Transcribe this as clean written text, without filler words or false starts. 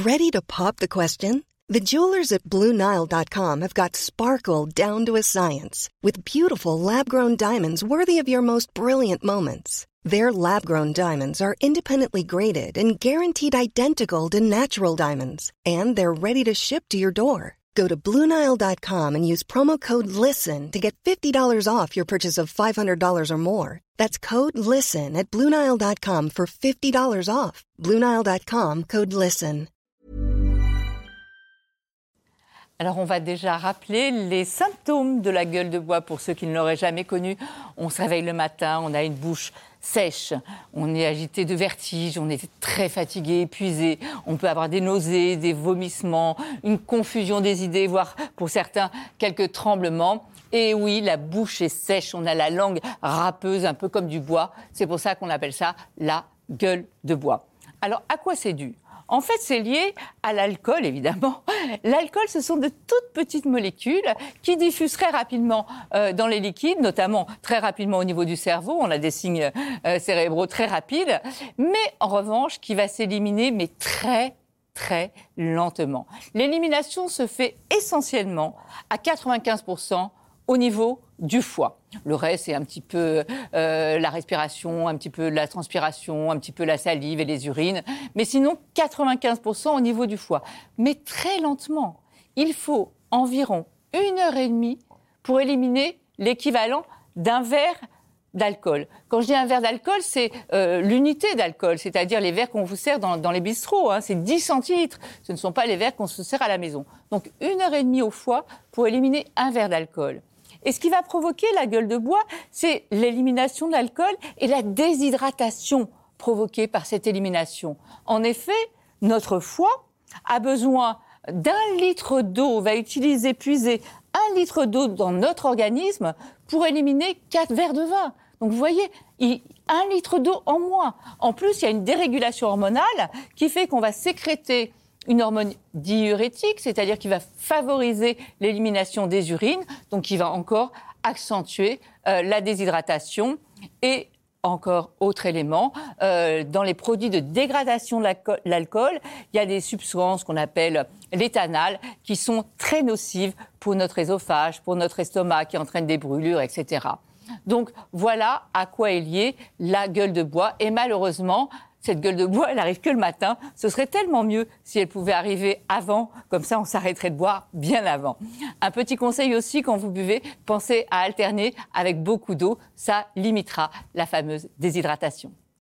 Ready to pop the question? The jewelers at BlueNile.com have got sparkle down to a science with beautiful lab-grown diamonds worthy of your most brilliant moments. Their lab-grown diamonds are independently graded and guaranteed identical to natural diamonds, and they're ready to ship to your door. Go to BlueNile.com and use promo code LISTEN to get $50 off your purchase of $500 or more. That's code LISTEN at BlueNile.com for $50 off. BlueNile.com, code LISTEN. Alors, on va déjà rappeler les symptômes de la gueule de bois pour ceux qui ne l'auraient jamais connue. On se réveille le matin, on a une bouche sèche, on est agité de vertige, on est très fatigué, épuisé, on peut avoir des nausées, des vomissements, une confusion des idées, voire pour certains quelques tremblements. Et oui, la bouche est sèche, on a la langue râpeuse, un peu comme du bois. C'est pour ça qu'on appelle ça la gueule de bois. Alors, à quoi c'est dû ? En fait, c'est lié à l'alcool, évidemment. L'alcool, ce sont de toutes petites molécules qui diffusent très rapidement dans les liquides, notamment très rapidement au niveau du cerveau. On a des signes cérébraux très rapides. Mais en revanche, qui va s'éliminer, mais très lentement. L'élimination se fait essentiellement à 95% au niveau du foie. Le reste, c'est un petit peu la respiration, un petit peu la transpiration, un petit peu la salive et les urines. Mais sinon, 95% au niveau du foie. Mais très lentement. Il faut environ 1h30 pour éliminer l'équivalent d'un verre d'alcool. Quand je dis un verre d'alcool, c'est l'unité d'alcool, c'est-à-dire les verres qu'on vous sert dans les bistrots. C'est 10 centilitres. Ce ne sont pas les verres qu'on se sert à la maison. Donc 1h30 au foie pour éliminer un verre d'alcool. Et ce qui va provoquer la gueule de bois, c'est l'élimination de l'alcool et la déshydratation provoquée par cette élimination. En effet, notre foie a besoin d'1 litre d'eau, va puiser 1 litre d'eau dans notre organisme pour éliminer 4 verres de vin. Donc vous voyez, 1 litre d'eau en moins. En plus, il y a une dérégulation hormonale qui fait qu'on va sécréter une hormone diurétique, c'est-à-dire qui va favoriser l'élimination des urines, donc qui va encore accentuer la déshydratation. Et encore autre élément, dans les produits de dégradation de l'alcool, il y a des substances qu'on appelle l'éthanol qui sont très nocives pour notre œsophage, pour notre estomac, qui entraînent des brûlures, etc. Donc voilà à quoi est liée la gueule de bois. Et malheureusement, cette gueule de bois, elle n'arrive que le matin. Ce serait tellement mieux si elle pouvait arriver avant. Comme ça, on s'arrêterait de boire bien avant. Un petit conseil aussi, quand vous buvez, pensez à alterner avec beaucoup d'eau. Ça limitera la fameuse déshydratation.